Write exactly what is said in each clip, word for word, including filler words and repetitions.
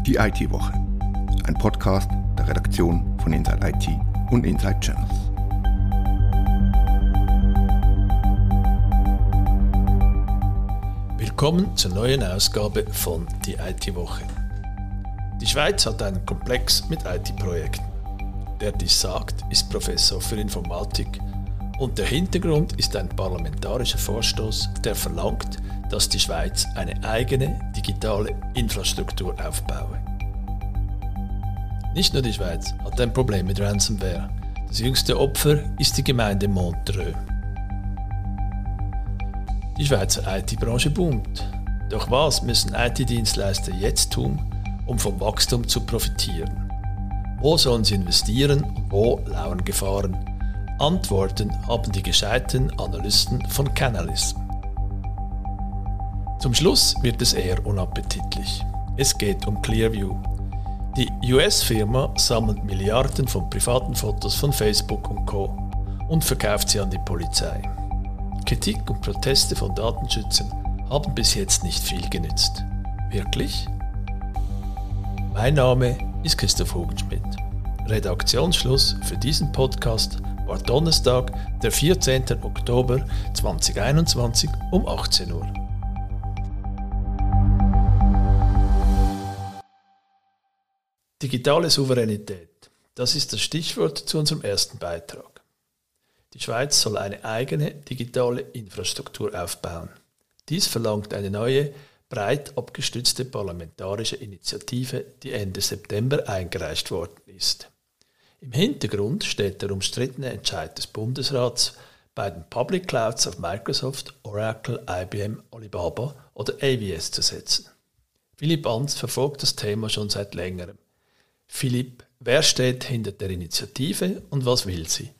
Die I T-Woche, ein Podcast der Redaktion von Inside I T und Inside Channels. Willkommen zur neuen Ausgabe von Die I T-Woche. Die Schweiz hat einen Komplex mit I T-Projekten. Der dies sagt, ist Professor für Informatik und der Hintergrund ist ein parlamentarischer Vorstoß, der verlangt, dass die Schweiz eine eigene digitale Infrastruktur aufbaue. Nicht nur die Schweiz hat ein Problem mit Ransomware. Das jüngste Opfer ist die Gemeinde Montreux. Die Schweizer I T-Branche boomt. Doch was müssen I T-Dienstleister jetzt tun, um vom Wachstum zu profitieren? Wo sollen sie investieren und wo lauern Gefahren? Antworten haben die gescheiten Analysten von Canalys. Zum Schluss wird es eher unappetitlich. Es geht um Clearview. Die U S-Firma sammelt Milliarden von privaten Fotos von Facebook und Co. und verkauft sie an die Polizei. Kritik und Proteste von Datenschützern haben bis jetzt nicht viel genützt. Wirklich? Mein Name ist Christoph Hugenschmidt. Redaktionsschluss für diesen Podcast war Donnerstag, der vierzehnten Oktober zweitausendeinundzwanzig um achtzehn Uhr. Digitale Souveränität, das ist das Stichwort zu unserem ersten Beitrag. Die Schweiz soll eine eigene digitale Infrastruktur aufbauen. Dies verlangt eine neue, breit abgestützte parlamentarische Initiative, die Ende September eingereicht worden ist. Im Hintergrund steht der umstrittene Entscheid des Bundesrats, bei den Public Clouds auf Microsoft, Oracle, I B M, Alibaba oder A W S zu setzen. Philipp Ans verfolgt das Thema schon seit längerem. Philipp, wer steht hinter der Initiative und was will sie?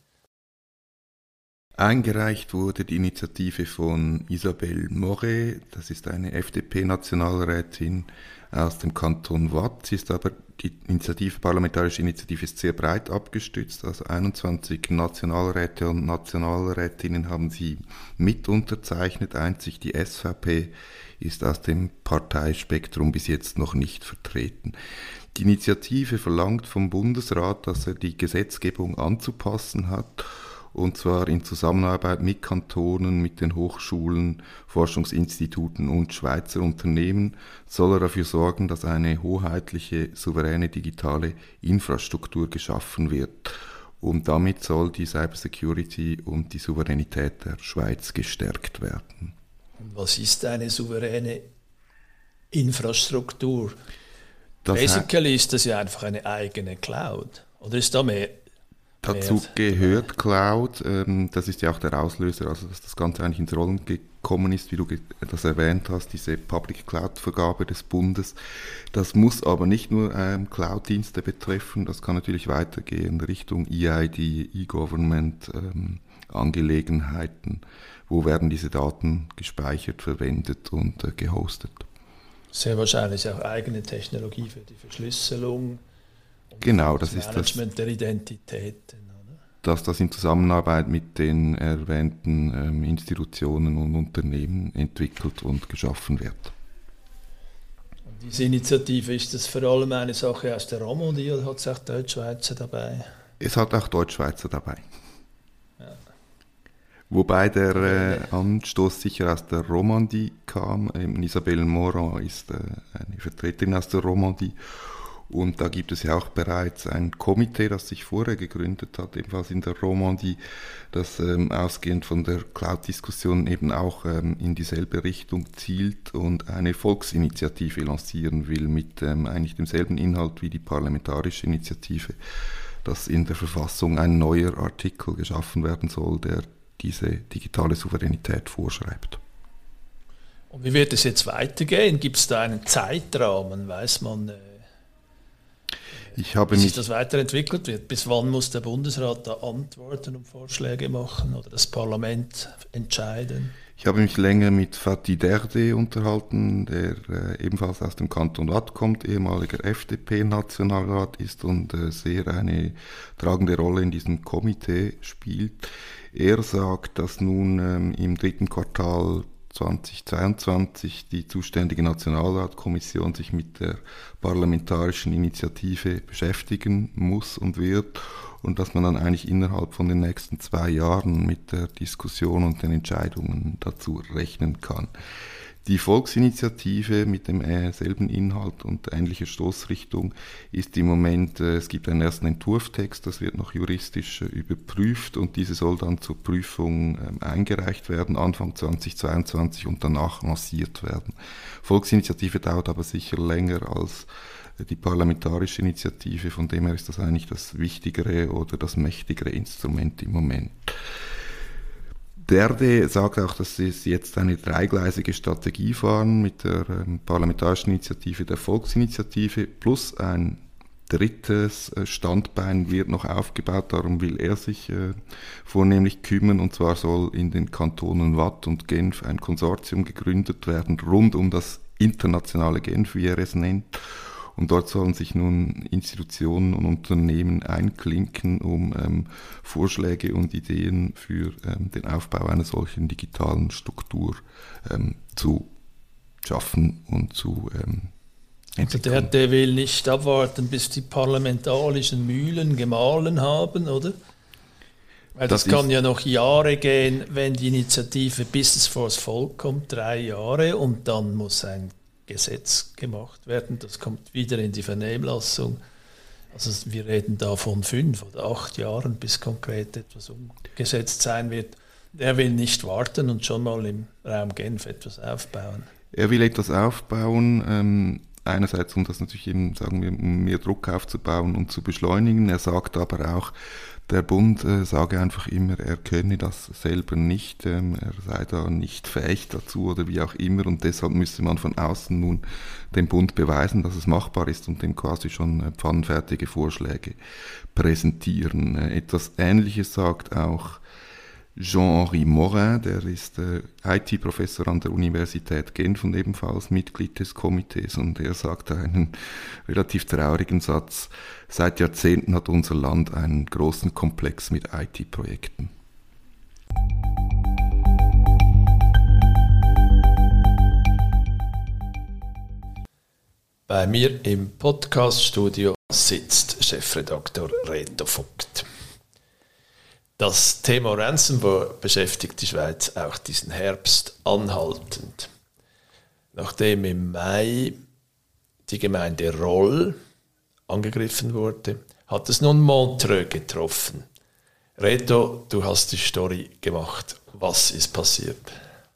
Eingereicht wurde die Initiative von Isabelle Moret, das ist eine F D P-Nationalrätin aus dem Kanton Waadt. Sie ist aber, die Initiative, parlamentarische Initiative ist sehr breit abgestützt, also einundzwanzig Nationalräte und Nationalrätinnen haben sie mit unterzeichnet, einzig die S V P ist aus dem Parteispektrum bis jetzt noch nicht vertreten. Die Initiative verlangt vom Bundesrat, dass er die Gesetzgebung anzupassen hat, und zwar in Zusammenarbeit mit Kantonen, mit den Hochschulen, Forschungsinstituten und Schweizer Unternehmen soll er dafür sorgen, dass eine hoheitliche, souveräne digitale Infrastruktur geschaffen wird. Und damit soll die Cybersecurity und die Souveränität der Schweiz gestärkt werden. Und was ist eine souveräne Infrastruktur? Das Basically ist das ja einfach eine eigene Cloud. Oder ist da mehr? Dazu mehr gehört Cloud, ähm, das ist ja auch der Auslöser, also dass das Ganze eigentlich ins Rollen gekommen ist, wie du das erwähnt hast, diese Public Cloud-Vergabe des Bundes. Das muss aber nicht nur ähm, Cloud-Dienste betreffen, das kann natürlich weitergehen Richtung E I D, E-Government, ähm, Angelegenheiten. Wo werden diese Daten gespeichert, verwendet und äh, gehostet? Sehr wahrscheinlich auch eigene Technologie für die Verschlüsselung. Genau, das, das ist Management das, der Identitäten. Oder? Dass das in Zusammenarbeit mit den erwähnten ähm, Institutionen und Unternehmen entwickelt und geschaffen wird. Und diese Initiative, ist das vor allem eine Sache aus der Romandie oder hat es auch Deutschschweizer dabei? Es hat auch Deutschschweizer dabei. Ja. Wobei der äh, Anstoß sicher aus der Romandie kam. Ähm, Isabelle Moret ist äh, eine Vertreterin aus der Romandie. Und da gibt es ja auch bereits ein Komitee, das sich vorher gegründet hat, ebenfalls in der Romandie, das ähm, ausgehend von der Cloud-Diskussion eben auch ähm, in dieselbe Richtung zielt und eine Volksinitiative lancieren will mit ähm, eigentlich demselben Inhalt wie die parlamentarische Initiative, dass in der Verfassung ein neuer Artikel geschaffen werden soll, der diese digitale Souveränität vorschreibt. Und wie wird es jetzt weitergehen? Gibt es da einen Zeitrahmen? Weiß man, äh, ich habe wie mich, sich das weiterentwickelt wird? Bis wann muss der Bundesrat da antworten und Vorschläge machen oder das Parlament entscheiden? Ich habe mich länger mit Fatih Derde unterhalten, der äh, ebenfalls aus dem Kanton Waadt kommt, ehemaliger F D P-Nationalrat ist und äh, sehr eine tragende Rolle in diesem Komitee spielt. Er sagt, dass nun ähm, im dritten Quartal zweitausendzweiundzwanzig die zuständige Nationalratkommission sich mit der parlamentarischen Initiative beschäftigen muss und wird und dass man dann eigentlich innerhalb von den nächsten zwei Jahren mit der Diskussion und den Entscheidungen dazu rechnen kann. Die Volksinitiative mit demselben Inhalt und ähnlicher Stoßrichtung ist im Moment, es gibt einen ersten Entwurftext, das wird noch juristisch überprüft und diese soll dann zur Prüfung eingereicht werden, Anfang zweitausendzweiundzwanzig und danach lanciert werden. Volksinitiative dauert aber sicher länger als die parlamentarische Initiative, von dem her ist das eigentlich das wichtigere oder das mächtigere Instrument im Moment. Derde sagt auch, dass sie jetzt eine dreigleisige Strategie fahren mit der ähm, parlamentarischen Initiative, der Volksinitiative, plus ein drittes äh, Standbein wird noch aufgebaut, darum will er sich äh, vornehmlich kümmern, und zwar soll in den Kantonen Waadt und Genf ein Konsortium gegründet werden, rund um das internationale Genf, wie er es nennt. Und dort sollen sich nun Institutionen und Unternehmen einklinken, um ähm, Vorschläge und Ideen für ähm, den Aufbau einer solchen digitalen Struktur ähm, zu schaffen und zu ähm, entwickeln. Also der, der will nicht abwarten, bis die parlamentarischen Mühlen gemahlen haben, oder? Weil das, das kann ja noch Jahre gehen, wenn die Initiative bis es vors Volk kommt, drei Jahre, und dann muss ein Gesetz gemacht werden. Das kommt wieder in die Vernehmlassung. Also wir reden da von fünf oder acht Jahren, bis konkret etwas umgesetzt sein wird. Er will nicht warten und schon mal im Raum Genf etwas aufbauen. Er will etwas aufbauen, ähm, einerseits um das natürlich eben, sagen wir, um mehr Druck aufzubauen und zu beschleunigen. Er sagt aber auch, der Bund äh, sage einfach immer, er könne das selber nicht, ähm, er sei da nicht fähig dazu oder wie auch immer, und deshalb müsse man von außen nun dem Bund beweisen, dass es machbar ist und dem quasi schon äh, pfannenfertige Vorschläge präsentieren. Äh, etwas Ähnliches sagt auch Jean-Henri Morin, der ist äh, I T-Professor an der Universität Genf und ebenfalls Mitglied des Komitees, und er sagt einen relativ traurigen Satz: Seit Jahrzehnten hat unser Land einen großen Komplex mit I T-Projekten. Bei mir im Podcast-Studio sitzt Chefredaktor Reto Vogt. Das Thema Ransomware beschäftigt die Schweiz auch diesen Herbst anhaltend. Nachdem im Mai die Gemeinde Roll angegriffen wurde, hat es nun Montreux getroffen. Reto, du hast die Story gemacht. Was ist passiert?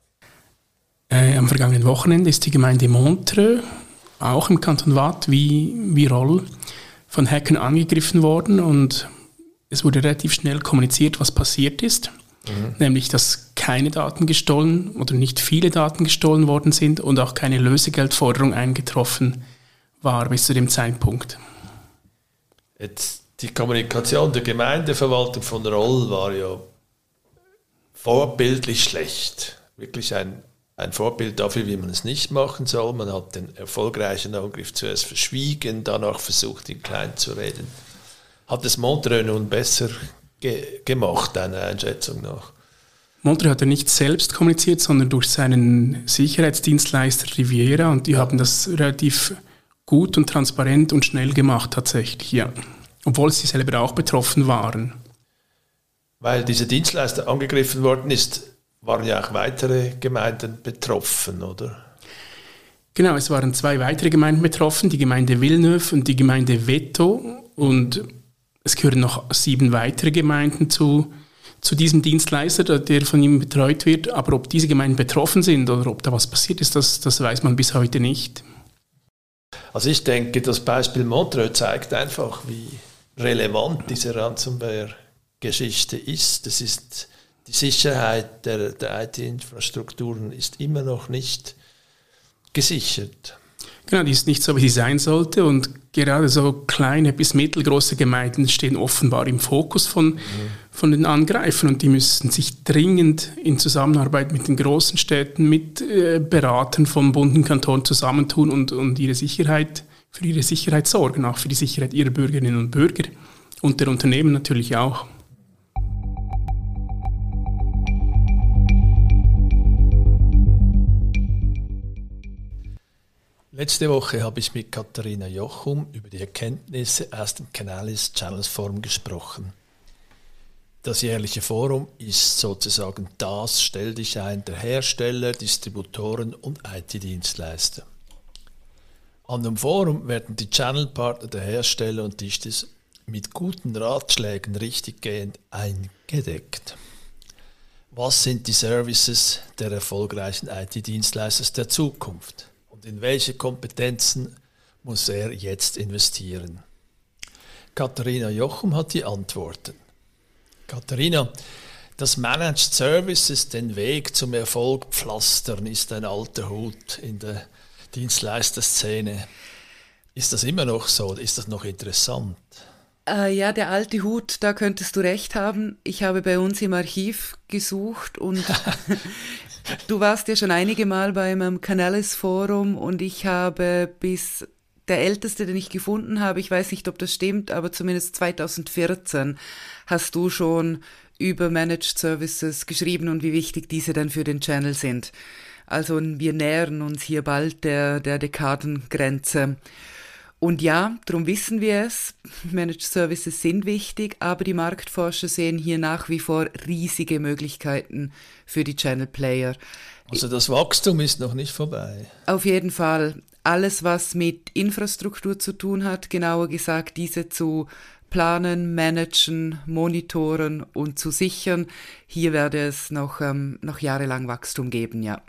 Äh, am vergangenen Wochenende ist die Gemeinde Montreux, auch im Kanton Waadt wie, wie Roll, von Hackern angegriffen worden, und es wurde relativ schnell kommuniziert, was passiert ist. Mhm. Nämlich, dass keine Daten gestohlen oder nicht viele Daten gestohlen worden sind und auch keine Lösegeldforderung eingetroffen war bis zu dem Zeitpunkt. Jetzt, die Kommunikation der Gemeindeverwaltung von Roll war ja vorbildlich schlecht. Wirklich ein, ein Vorbild dafür, wie man es nicht machen soll. Man hat den erfolgreichen Angriff zuerst verschwiegen, danach versucht, ihn klein zu reden. Hat es Montreux nun besser ge- gemacht, deiner Einschätzung nach? Montreux hat er nicht selbst kommuniziert, sondern durch seinen Sicherheitsdienstleister Riviera, und die haben das relativ gut und transparent und schnell gemacht tatsächlich, ja. Obwohl sie selber auch betroffen waren. Weil dieser Dienstleister angegriffen worden ist, waren ja auch weitere Gemeinden betroffen, oder? Genau, es waren zwei weitere Gemeinden betroffen, die Gemeinde Villeneuve und die Gemeinde Veto, und es gehören noch sieben weitere Gemeinden zu, zu diesem Dienstleister, der von ihm betreut wird. Aber ob diese Gemeinden betroffen sind oder ob da was passiert ist, das, das weiß man bis heute nicht. Also ich denke, das Beispiel Montreux zeigt einfach, wie relevant diese Ransomware-Geschichte ist. Das ist die Sicherheit der, der I T-Infrastrukturen ist immer noch nicht gesichert. Genau, die ist nicht so, wie sie sein sollte, und gerade so kleine bis mittelgroße Gemeinden stehen offenbar im Fokus von, mhm. von den Angreifern, und die müssen sich dringend in Zusammenarbeit mit den großen Städten, mit äh, Beratern vom Bund und Kanton zusammentun und, und ihre Sicherheit, für ihre Sicherheit sorgen, auch für die Sicherheit ihrer Bürgerinnen und Bürger und der Unternehmen natürlich auch. Letzte Woche habe ich mit Katharina Jochum über die Erkenntnisse aus dem Canalys Channels Forum gesprochen. Das jährliche Forum ist sozusagen das Stelldichein der Hersteller, Distributoren und I T-Dienstleister. An dem Forum werden die Channelpartner der Hersteller und Distis mit guten Ratschlägen richtiggehend eingedeckt. Was sind die Services der erfolgreichen I T-Dienstleister der Zukunft? Und in welche Kompetenzen muss er jetzt investieren? Katharina Jochum hat die Antworten. Katharina, dass Managed Services den Weg zum Erfolg pflastern, ist ein alter Hut in der Dienstleisterszene. Ist das immer noch so? Ist das noch interessant? Äh, ja, der alte Hut, da könntest du recht haben. Ich habe bei uns im Archiv gesucht und du warst ja schon einige Mal beim Canalys Forum und ich habe bis der älteste, den ich gefunden habe, ich weiß nicht, ob das stimmt, aber zumindest zweitausendvierzehn hast du schon über Managed Services geschrieben und wie wichtig diese dann für den Channel sind. Also wir nähern uns hier bald der, der Dekadengrenze. Und ja, darum wissen wir es, Managed Services sind wichtig, aber die Marktforscher sehen hier nach wie vor riesige Möglichkeiten für die Channel Player. Also das Wachstum ist noch nicht vorbei. Auf jeden Fall. Alles, was mit Infrastruktur zu tun hat, genauer gesagt, diese zu planen, managen, monitoren und zu sichern. Hier werde es noch, ähm, noch jahrelang Wachstum geben, ja.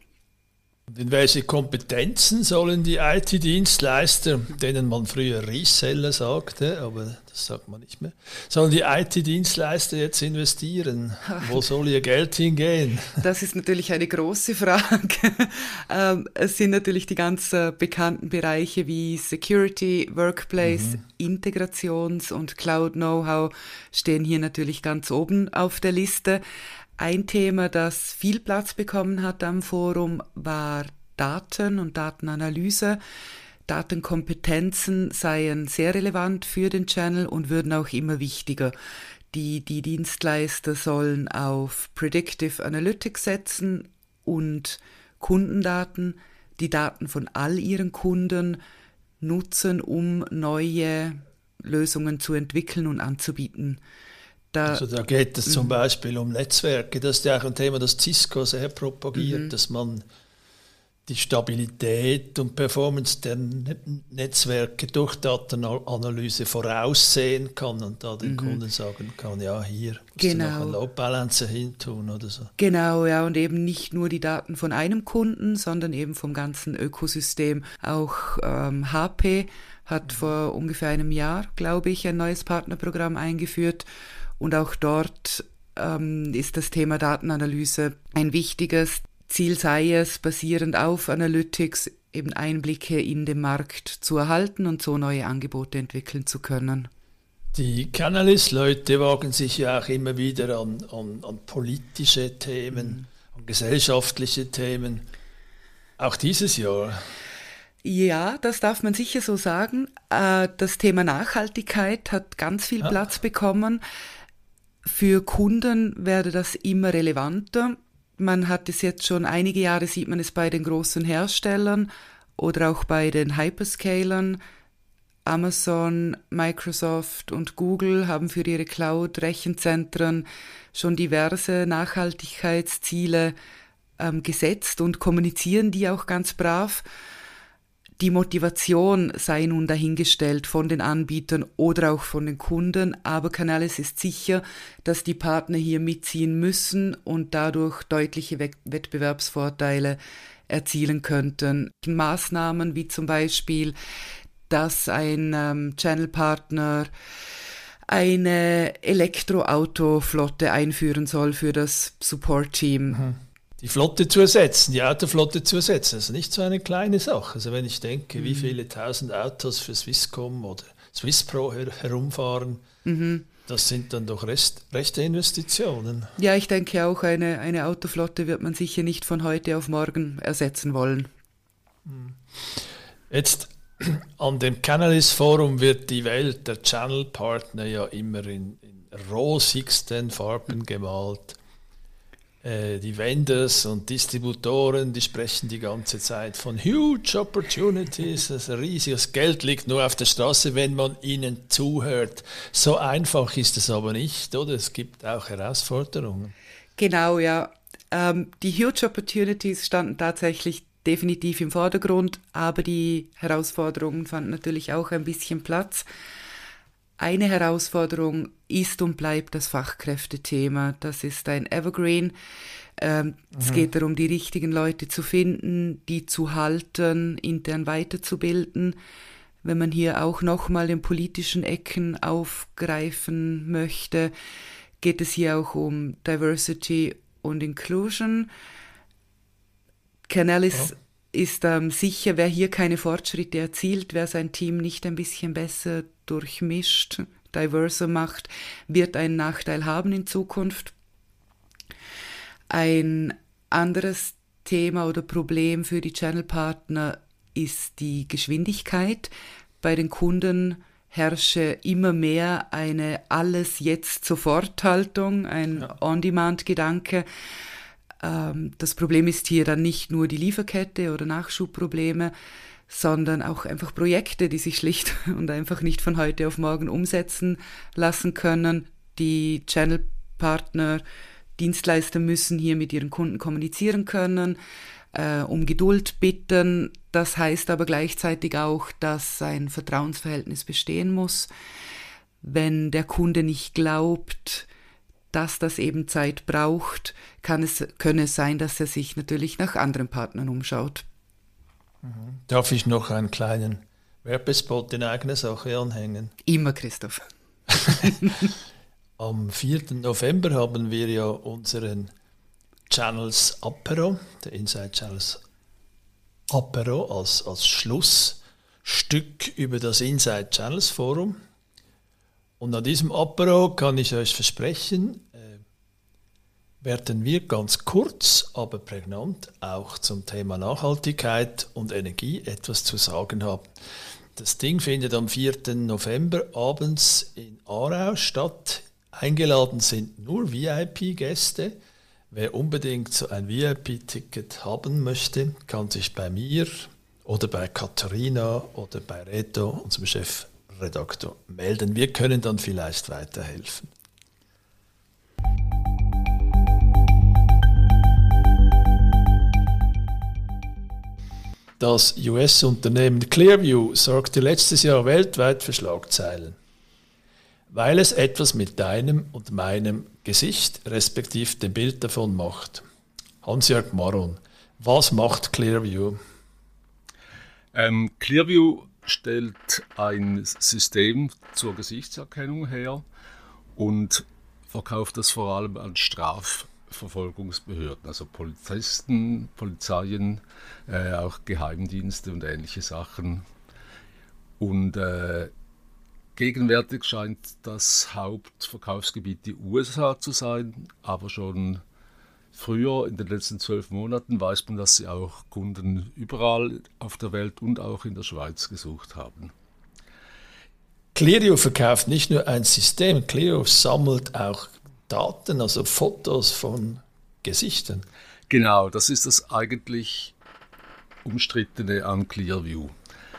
Und in welche Kompetenzen sollen die I T-Dienstleister, denen man früher Reseller sagte, aber das sagt man nicht mehr, sollen die I T-Dienstleister jetzt investieren? Wo soll ihr Geld hingehen? Das ist natürlich eine große Frage. ähm, es sind natürlich die ganz äh, bekannten Bereiche wie Security, Workplace, mhm. Integrations- und Cloud-Know-how stehen hier natürlich ganz oben auf der Liste. Ein Thema, das viel Platz bekommen hat am Forum, war Daten und Datenanalyse. Datenkompetenzen seien sehr relevant für den Channel und würden auch immer wichtiger. Die, die Dienstleister sollen auf Predictive Analytics setzen und Kundendaten, die Daten von all ihren Kunden nutzen, um neue Lösungen zu entwickeln und anzubieten. Da, also da geht es zum Beispiel um Netzwerke. Das ist ja auch ein Thema, das Cisco sehr propagiert, mhm. dass man die Stabilität und Performance der Netzwerke durch Datenanalyse voraussehen kann und da den mhm. Kunden sagen kann, ja, hier musst genau. du noch einen Load Balancer hintun oder so. Genau, ja, und eben nicht nur die Daten von einem Kunden, sondern eben vom ganzen Ökosystem. Auch ähm, H P hat mhm. vor ungefähr einem Jahr, glaube ich, ein neues Partnerprogramm eingeführt. Und auch dort ähm, ist das Thema Datenanalyse ein wichtiges. Ziel sei es, basierend auf Analytics eben Einblicke in den Markt zu erhalten und so neue Angebote entwickeln zu können. Die Canalys-Leute wagen sich ja auch immer wieder an, an, an politische Themen, mhm. an gesellschaftliche Themen. Auch dieses Jahr. Ja, das darf man sicher so sagen. Das Thema Nachhaltigkeit hat ganz viel ja. Platz bekommen. Für Kunden werde das immer relevanter. Man hat es jetzt schon einige Jahre, sieht man es bei den großen Herstellern oder auch bei den Hyperscalern. Amazon, Microsoft und Google haben für ihre Cloud-Rechenzentren schon diverse Nachhaltigkeitsziele ähm, gesetzt und kommunizieren die auch ganz brav. Die Motivation sei nun dahingestellt von den Anbietern oder auch von den Kunden, aber Canalys ist sicher, dass die Partner hier mitziehen müssen und dadurch deutliche Wettbewerbsvorteile erzielen könnten. Maßnahmen wie zum Beispiel, dass ein ähm, Channelpartner eine Elektroautoflotte einführen soll für das Support-Team. Mhm. Die Flotte zu ersetzen, die Autoflotte zu ersetzen, das ist nicht so eine kleine Sache. Also wenn ich denke, mhm. wie viele tausend Autos für Swisscom oder Swisspro her- herumfahren, mhm. das sind dann doch rest- rechte Investitionen. Ja, ich denke auch, eine, eine Autoflotte wird man sicher nicht von heute auf morgen ersetzen wollen. Jetzt an dem Canalys Forum wird die Welt der Channel-Partner ja immer in, in rosigsten Farben gemalt. die Vendors und Distributoren, die sprechen die ganze Zeit von huge opportunities, also riesiges Geld liegt nur auf der Straße, wenn man ihnen zuhört. So einfach ist es aber nicht, oder? Es gibt auch Herausforderungen. Genau, ja. Ähm, die huge opportunities standen tatsächlich definitiv im Vordergrund, aber die Herausforderungen fanden natürlich auch ein bisschen Platz. Eine Herausforderung ist und bleibt das Fachkräftethema. Das ist ein Evergreen. Ähm, mhm. Es geht darum, die richtigen Leute zu finden, die zu halten, intern weiterzubilden. Wenn man hier auch nochmal den politischen Ecken aufgreifen möchte, geht es hier auch um Diversity und Inclusion. Canalys oh. ist ähm, sicher, wer hier keine Fortschritte erzielt, wer sein Team nicht ein bisschen besser durchmischt, diverser macht, wird einen Nachteil haben in Zukunft. Ein anderes Thema oder Problem für die Channelpartner ist die Geschwindigkeit. Bei den Kunden herrsche immer mehr eine Alles-Jetzt-Sofort-Haltung, ein ja. On-Demand-Gedanke. Ähm, das Problem ist hier dann nicht nur die Lieferkette oder Nachschubprobleme, sondern auch einfach Projekte, die sich schlicht und einfach nicht von heute auf morgen umsetzen lassen können. Die Channelpartner, Dienstleister müssen hier mit ihren Kunden kommunizieren können, äh, um Geduld bitten. Das heißt aber gleichzeitig auch, dass ein Vertrauensverhältnis bestehen muss. Wenn der Kunde nicht glaubt, dass das eben Zeit braucht, kann es, könne es sein, dass er sich natürlich nach anderen Partnern umschaut. Darf ich noch einen kleinen Werbespot in eigener Sache anhängen? Immer, Christoph. Am vierten November haben wir ja unseren Channels Apero, der Inside Channels Apero als, als Schlussstück über das Inside Channels Forum. Und an diesem Apero kann ich euch versprechen, werden wir ganz kurz, aber prägnant auch zum Thema Nachhaltigkeit und Energie etwas zu sagen haben. Das Ding findet am vierten November abends in Aarau statt. Eingeladen sind nur V I P-Gäste. Wer unbedingt so ein V I P-Ticket haben möchte, kann sich bei mir oder bei Katharina oder bei Reto, unserem Chefredaktor, melden. Wir können dann vielleicht weiterhelfen. Das U S-Unternehmen Clearview sorgte letztes Jahr weltweit für Schlagzeilen, weil es etwas mit deinem und meinem Gesicht, respektive dem Bild davon macht. Hans-Jörg Maron, was macht Clearview? Ähm, Clearview stellt ein System zur Gesichtserkennung her und verkauft das vor allem an Strafverfolgungsbehörden, also Polizisten, Polizeien, äh, auch Geheimdienste und ähnliche Sachen. Und äh, gegenwärtig scheint das Hauptverkaufsgebiet die U S A zu sein, aber schon früher, in den letzten zwölf Monaten, weiß man, dass sie auch Kunden überall auf der Welt und auch in der Schweiz gesucht haben. Clearview verkauft nicht nur ein System, Clearview sammelt auch Daten, also Fotos von Gesichtern. Genau, das ist das eigentlich Umstrittene an Clearview.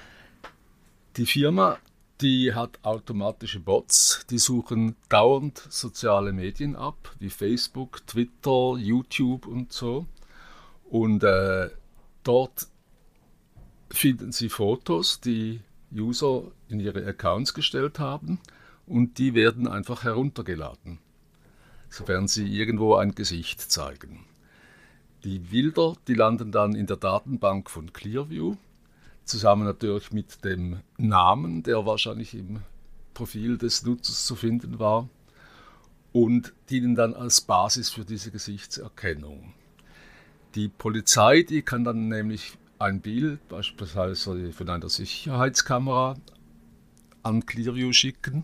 Die Firma, die hat automatische Bots, die suchen dauernd soziale Medien ab, wie Facebook, Twitter, YouTube und so. Und äh, dort finden sie Fotos, die User in ihre Accounts gestellt haben, und die werden einfach heruntergeladen, sofern sie irgendwo ein Gesicht zeigen. Die Bilder, die landen dann in der Datenbank von Clearview, zusammen natürlich mit dem Namen, der wahrscheinlich im Profil des Nutzers zu finden war, und dienen dann als Basis für diese Gesichtserkennung. Die Polizei, die kann dann nämlich ein Bild, beispielsweise von einer Sicherheitskamera, an Clearview schicken.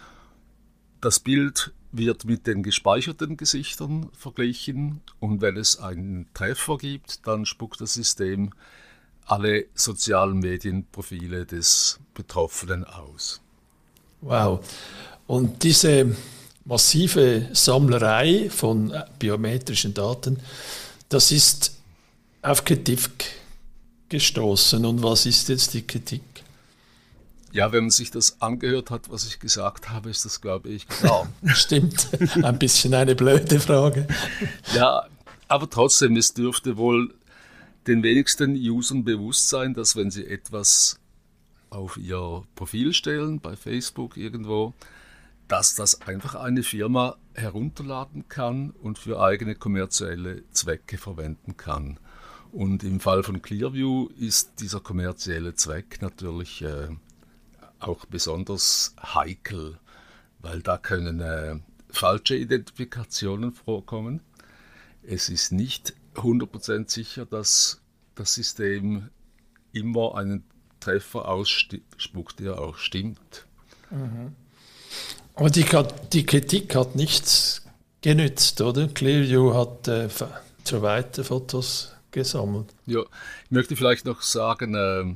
Das Bild wird mit den gespeicherten Gesichtern verglichen, und wenn es einen Treffer gibt, dann spuckt das System alle sozialen Medienprofile des Betroffenen aus. Wow. Und diese massive Sammlerei von biometrischen Daten, das ist auf Kritik gestoßen. Und was ist jetzt die Kritik? Ja, wenn man sich das angehört hat, was ich gesagt habe, ist das, glaube ich, klar. Stimmt, ein bisschen eine blöde Frage. Ja, aber trotzdem, es dürfte wohl den wenigsten Usern bewusst sein, dass wenn sie etwas auf ihr Profil stellen, bei Facebook irgendwo, dass das einfach eine Firma herunterladen kann und für eigene kommerzielle Zwecke verwenden kann. Und im Fall von Clearview ist dieser kommerzielle Zweck natürlich äh, auch besonders heikel, weil da können äh, falsche Identifikationen vorkommen. Es ist nicht hundert Prozent sicher, dass das System immer einen Treffer ausspuckt, der auch stimmt. Mhm. Aber die, die Kritik hat nichts genützt, oder? Clearview hat äh, so weiter Fotos gesammelt. Ja, ich möchte vielleicht noch sagen, äh,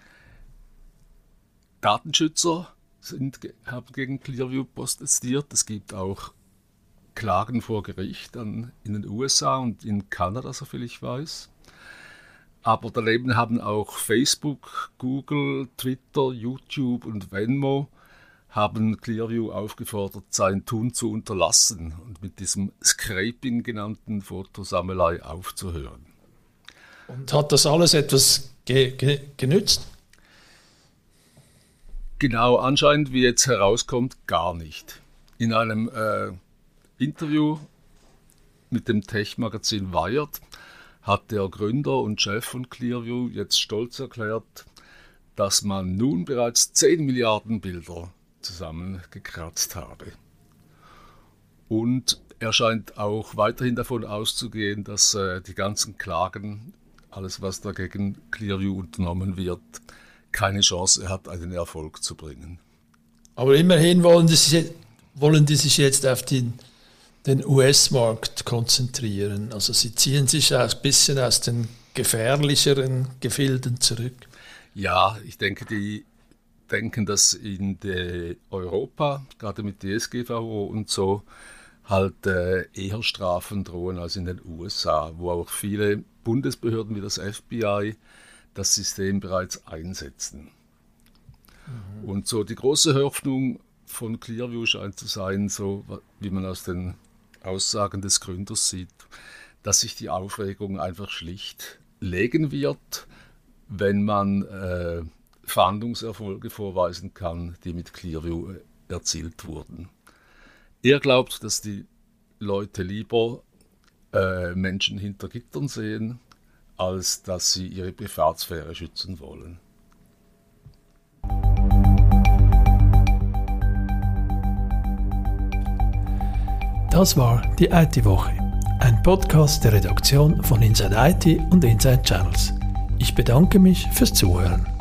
Datenschützer sind, haben gegen Clearview protestiert. Es gibt auch Klagen vor Gericht an, in den U S A und in Kanada, soviel ich weiß. Aber daneben haben auch Facebook, Google, Twitter, YouTube und Venmo haben Clearview aufgefordert, sein Tun zu unterlassen und mit diesem Scraping genannten Fotosammelei aufzuhören. Und hat das alles etwas ge- ge- genützt? Genau, anscheinend, wie jetzt herauskommt, gar nicht. In einem äh, Interview mit dem Tech-Magazin Wired hat der Gründer und Chef von Clearview jetzt stolz erklärt, dass man nun bereits zehn Milliarden Bilder zusammengekratzt habe. Und er scheint auch weiterhin davon auszugehen, dass äh, die ganzen Klagen, alles was dagegen Clearview unternommen wird, keine Chance hat, einen Erfolg zu bringen. Aber immerhin wollen die sich, wollen die sich jetzt auf den, den U S-Markt konzentrieren. Also sie ziehen sich ein bisschen aus den gefährlicheren Gefilden zurück. Ja, ich denke, die denken, dass in der Europa, gerade mit D S G V O und so, halt äh, eher Strafen drohen als in den U S A, wo auch viele Bundesbehörden wie das F B I das System bereits einsetzen. Mhm. Und so die große Hoffnung von Clearview scheint zu sein, so wie man aus den Aussagen des Gründers sieht, dass sich die Aufregung einfach schlicht legen wird, wenn man äh, Fahndungserfolge vorweisen kann, die mit Clearview erzielt wurden. Er glaubt, dass die Leute lieber äh, Menschen hinter Gittern sehen, als dass sie ihre Privatsphäre schützen wollen. Das war die I T-Woche, ein Podcast der Redaktion von Inside I T und Inside Channels. Ich bedanke mich fürs Zuhören.